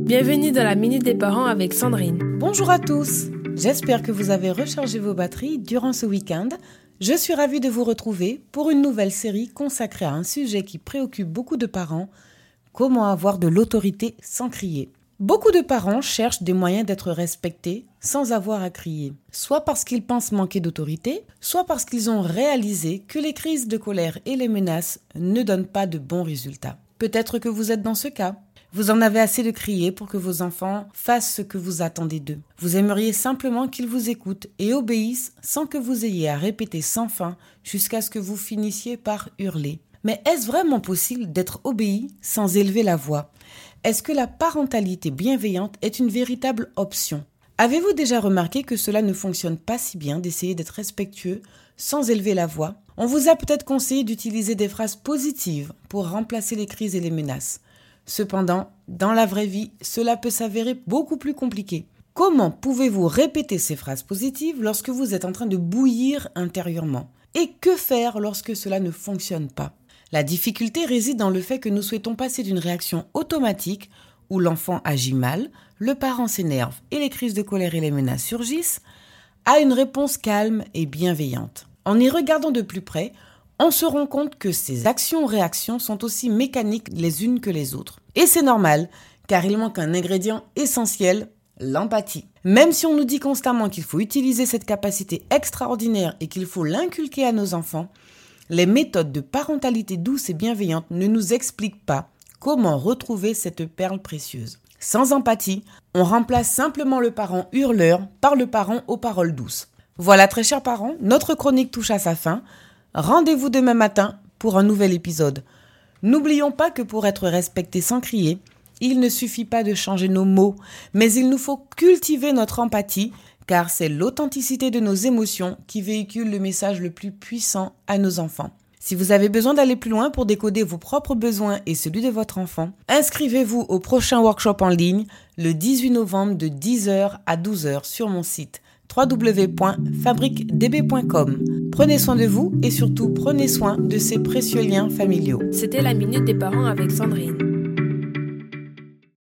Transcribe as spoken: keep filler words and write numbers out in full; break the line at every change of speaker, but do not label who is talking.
Bienvenue dans la Minute des Parents avec Sandrine.
Bonjour à tous, j'espère que vous avez rechargé vos batteries durant ce week-end. Je suis ravie de vous retrouver pour une nouvelle série consacrée à un sujet qui préoccupe beaucoup de parents, comment avoir de l'autorité sans crier. Beaucoup de parents cherchent des moyens d'être respectés sans avoir à crier, soit parce qu'ils pensent manquer d'autorité, soit parce qu'ils ont réalisé que les crises de colère et les menaces ne donnent pas de bons résultats. Peut-être que vous êtes dans ce cas. Vous en avez assez de crier pour que vos enfants fassent ce que vous attendez d'eux. Vous aimeriez simplement qu'ils vous écoutent et obéissent sans que vous ayez à répéter sans fin jusqu'à ce que vous finissiez par hurler. Mais est-ce vraiment possible d'être obéi sans élever la voix ? Est-ce que la parentalité bienveillante est une véritable option ? Avez-vous déjà remarqué que cela ne fonctionne pas si bien d'essayer d'être respectueux sans élever la voix ? On vous a peut-être conseillé d'utiliser des phrases positives pour remplacer les crises et les menaces. Cependant, dans la vraie vie, cela peut s'avérer beaucoup plus compliqué. Comment pouvez-vous répéter ces phrases positives lorsque vous êtes en train de bouillir intérieurement ? Et que faire lorsque cela ne fonctionne pas ? La difficulté réside dans le fait que nous souhaitons passer d'une réaction automatique où l'enfant agit mal, le parent s'énerve et les crises de colère et les menaces surgissent, à une réponse calme et bienveillante. En y regardant de plus près, on se rend compte que ces actions-réactions sont aussi mécaniques les unes que les autres. Et c'est normal, car il manque un ingrédient essentiel, l'empathie. Même si on nous dit constamment qu'il faut utiliser cette capacité extraordinaire et qu'il faut l'inculquer à nos enfants, les méthodes de parentalité douce et bienveillante ne nous expliquent pas comment retrouver cette perle précieuse. Sans empathie, on remplace simplement le parent hurleur par le parent aux paroles douces. Voilà, très chers parents, notre chronique touche à sa fin. Rendez-vous demain matin pour un nouvel épisode. N'oublions pas que pour être respecté sans crier, il ne suffit pas de changer nos mots, mais il nous faut cultiver notre empathie, car c'est l'authenticité de nos émotions qui véhicule le message le plus puissant à nos enfants. Si vous avez besoin d'aller plus loin pour décoder vos propres besoins et celui de votre enfant, inscrivez-vous au prochain workshop en ligne le dix-huit novembre de dix heures à douze heures sur mon site w w w point fabrique d b point com. Prenez soin de vous et surtout prenez soin de ces précieux liens familiaux.
C'était la Minute des Parents avec Sandrine.